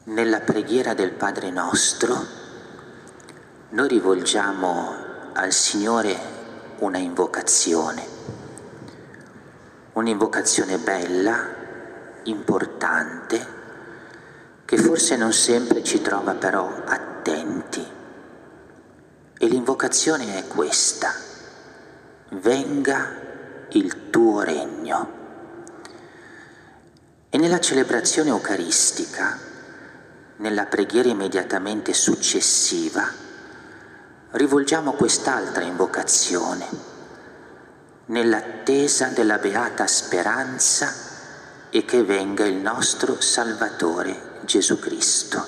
Nella preghiera del Padre nostro noi rivolgiamo al Signore un'invocazione bella, importante, che forse non sempre ci trova però attenti. E l'invocazione è questa: venga il tuo regno. E nella celebrazione eucaristica, nella preghiera immediatamente successiva, rivolgiamo quest'altra invocazione, nell'attesa della beata speranza e che venga il nostro Salvatore Gesù Cristo.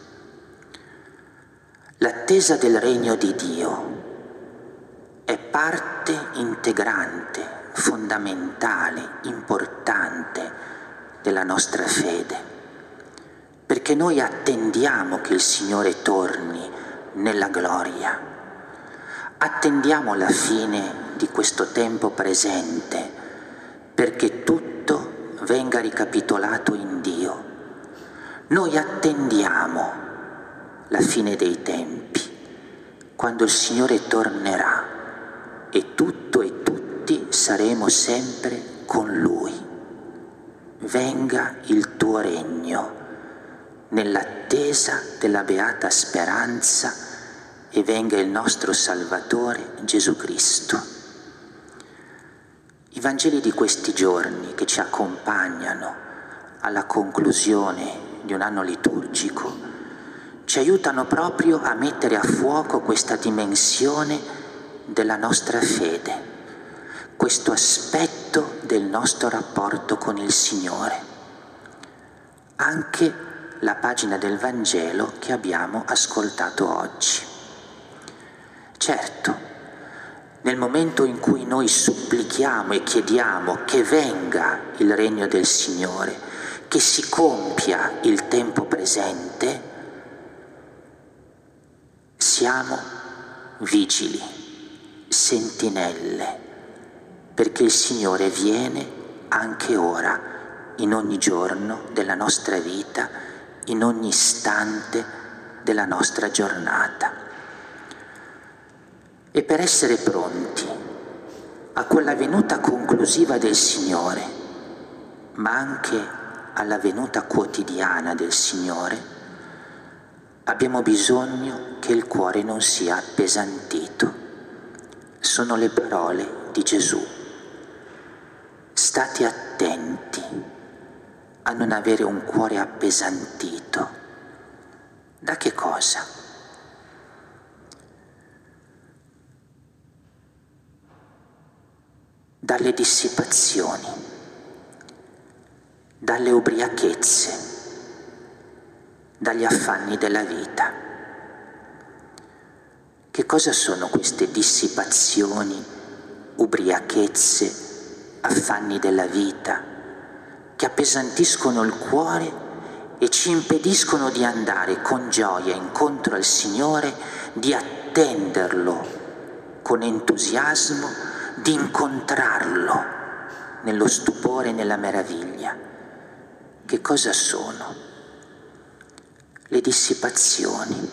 L'attesa del regno di Dio è parte integrante, fondamentale, importante della nostra fede, perché noi attendiamo che il Signore torni nella gloria, attendiamo la fine di questo tempo presente, perché tutto venga ricapitolato in Dio. Noi attendiamo la fine dei tempi, quando il Signore tornerà e tutto e tutti saremo sempre con Lui. Venga il tuo regno, nell'attesa della beata speranza, e venga il nostro Salvatore Gesù Cristo. I Vangeli di questi giorni che ci accompagnano alla conclusione di un anno liturgico ci aiutano proprio a mettere a fuoco questa dimensione della nostra fede, questo aspetto del nostro rapporto con il Signore. Anche la pagina del Vangelo che abbiamo ascoltato oggi. Certo, nel momento in cui noi supplichiamo e chiediamo che venga il regno del Signore, che si compia il tempo presente, siamo vigili, sentinelle, perché il Signore viene anche ora, in ogni giorno della nostra vita, in ogni istante della nostra giornata. E per essere pronti a quella venuta conclusiva del Signore, ma anche alla venuta quotidiana del Signore, abbiamo bisogno che il cuore non sia appesantito. Sono le parole di Gesù. State attenti a non avere un cuore appesantito. Da che cosa? Dalle dissipazioni, dalle ubriachezze, dagli affanni della vita. Che cosa sono queste dissipazioni, ubriachezze, affanni della vita, che appesantiscono il cuore e ci impediscono di andare con gioia incontro al Signore, di attenderlo con entusiasmo, di incontrarlo nello stupore e nella meraviglia? Che cosa sono? Le dissipazioni.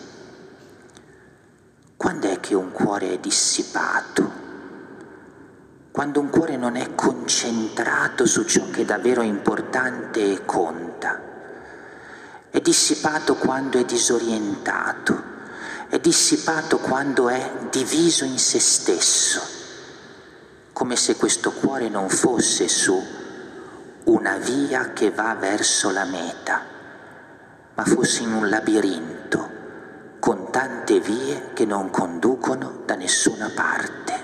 Quando è che un cuore è dissipato? Quando un cuore non è concentrato su ciò che è davvero importante e conta. È dissipato quando è disorientato, è dissipato quando è diviso in se stesso, come se questo cuore non fosse su una via che va verso la meta, ma fosse in un labirinto con tante vie che non conducono da nessuna parte.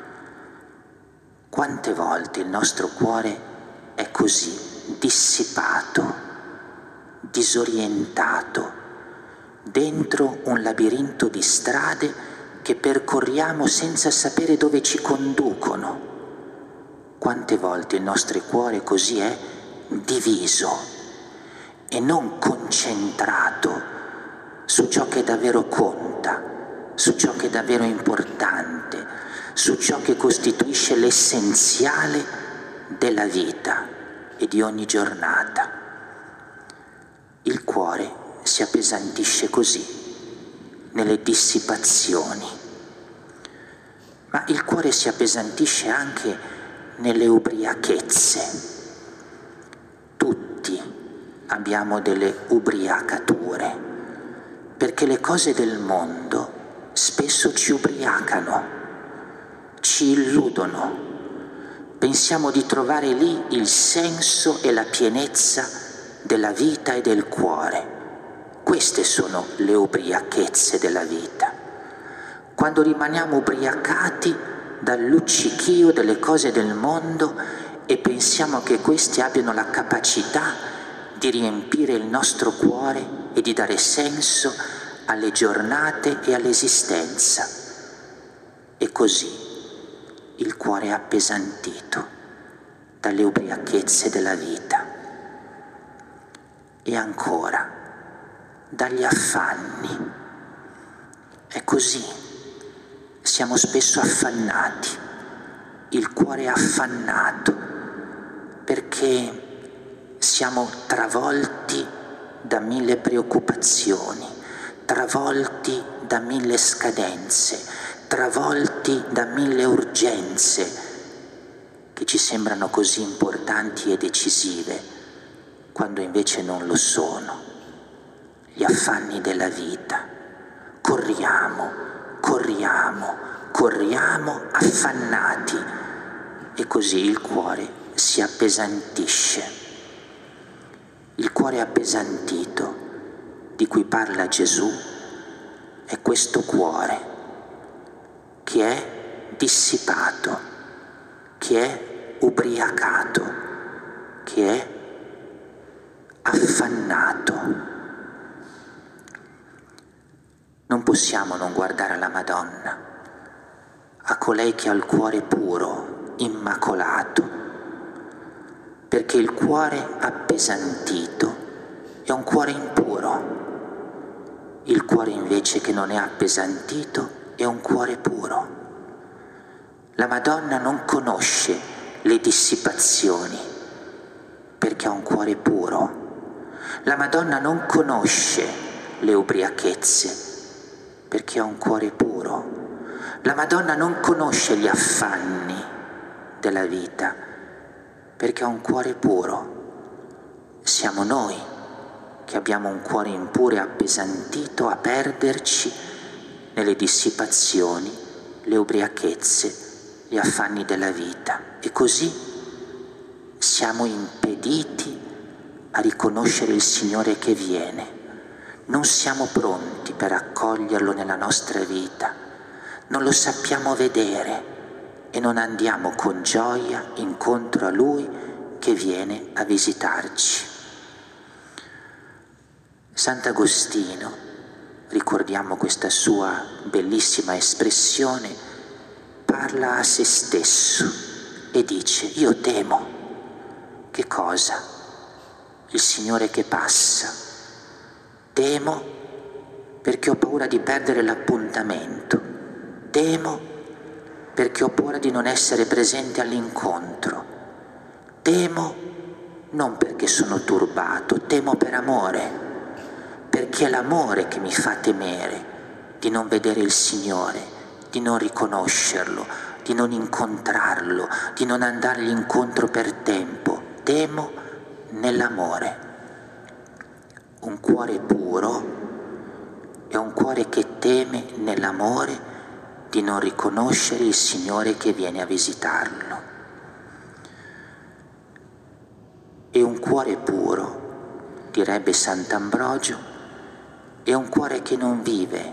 Quante volte il nostro cuore è così dissipato, disorientato, dentro un labirinto di strade che percorriamo senza sapere dove ci conducono. Quante volte il nostro cuore così è diviso e non concentrato su ciò che davvero conta, su ciò che è davvero importante, su ciò che costituisce l'essenziale della vita e di ogni giornata. Il cuore si appesantisce così, nelle dissipazioni. Ma il cuore si appesantisce anche nelle ubriachezze. Tutti abbiamo delle ubriacature, perché le cose del mondo spesso ci ubriacano, ci illudono. Pensiamo di trovare lì il senso e la pienezza della vita e del cuore. Queste sono le ubriachezze della vita. Quando rimaniamo ubriacati dal luccichio delle cose del mondo e pensiamo che queste abbiano la capacità di riempire il nostro cuore e di dare senso alle giornate e all'esistenza. E così il cuore è appesantito dalle ubriachezze della vita. E ancora, dagli affanni. È così, siamo spesso affannati, il cuore è affannato, perché siamo travolti da 1000 preoccupazioni, travolti da 1000 scadenze, travolti da 1000 urgenze che ci sembrano così importanti e decisive, quando invece non lo sono. Gli affanni della vita. Corriamo, corriamo, corriamo affannati, e così il cuore si appesantisce. Il cuore appesantito di cui parla Gesù è questo cuore che è dissipato, che è ubriacato, che è affannato. Non possiamo non guardare alla Madonna, a colei che ha il cuore puro, immacolato, perché il cuore appesantito è un cuore impuro. Il cuore invece che non è appesantito è un cuore puro. La Madonna non conosce le dissipazioni perché ha un cuore puro. La Madonna non conosce le ubriachezze perché ha un cuore puro. La Madonna non conosce gli affanni della vita perché ha un cuore puro. Siamo noi che abbiamo un cuore impuro e appesantito a perderci nelle dissipazioni, le ubriachezze, gli affanni della vita, e così siamo impediti a riconoscere il Signore che viene. Non siamo pronti per accoglierlo nella nostra vita, non lo sappiamo vedere e non andiamo con gioia incontro a Lui che viene a visitarci. Sant'Agostino, ricordiamo questa sua bellissima espressione, parla a se stesso e dice: io temo. Che cosa? Il Signore che passa. Temo perché ho paura di perdere l'appuntamento, temo perché ho paura di non essere presente all'incontro, temo non perché sono turbato, temo per amore, perché è l'amore che mi fa temere di non vedere il Signore, di non riconoscerlo, di non incontrarlo, di non andargli incontro per tempo. Temo nell'amore. Un cuore puro è un cuore che teme nell'amore di non riconoscere il Signore che viene a visitarlo. E un cuore puro, direbbe Sant'Ambrogio, è un cuore che non vive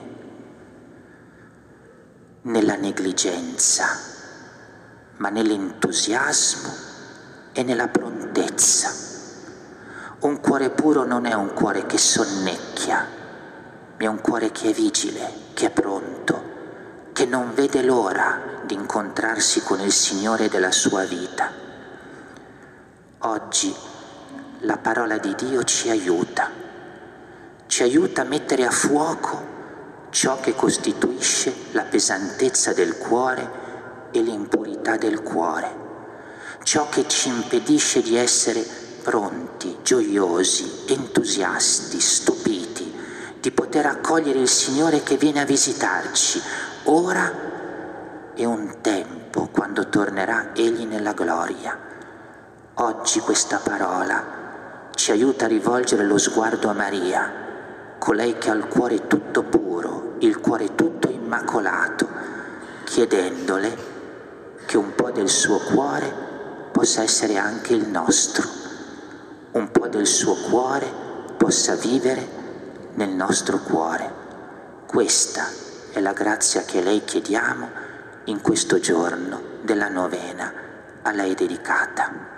nella negligenza, ma nell'entusiasmo e nella prontezza. Un cuore puro non è un cuore che sonnecchia, ma è un cuore che è vigile, che è pronto, che non vede l'ora di incontrarsi con il Signore della sua vita. Oggi la parola di Dio ci aiuta a mettere a fuoco ciò che costituisce la pesantezza del cuore e l'impurità del cuore, ciò che ci impedisce di essere pronti, gioiosi, entusiasti, stupiti di poter accogliere il Signore che viene a visitarci, ora e un tempo quando tornerà Egli nella gloria. Oggi questa parola ci aiuta a rivolgere lo sguardo a Maria, colei che ha il cuore tutto puro, il cuore tutto immacolato, chiedendole che un po' del suo cuore possa essere anche il nostro, un po' del suo cuore possa vivere nel nostro cuore. Questa è la grazia che lei chiediamo in questo giorno della novena a lei dedicata.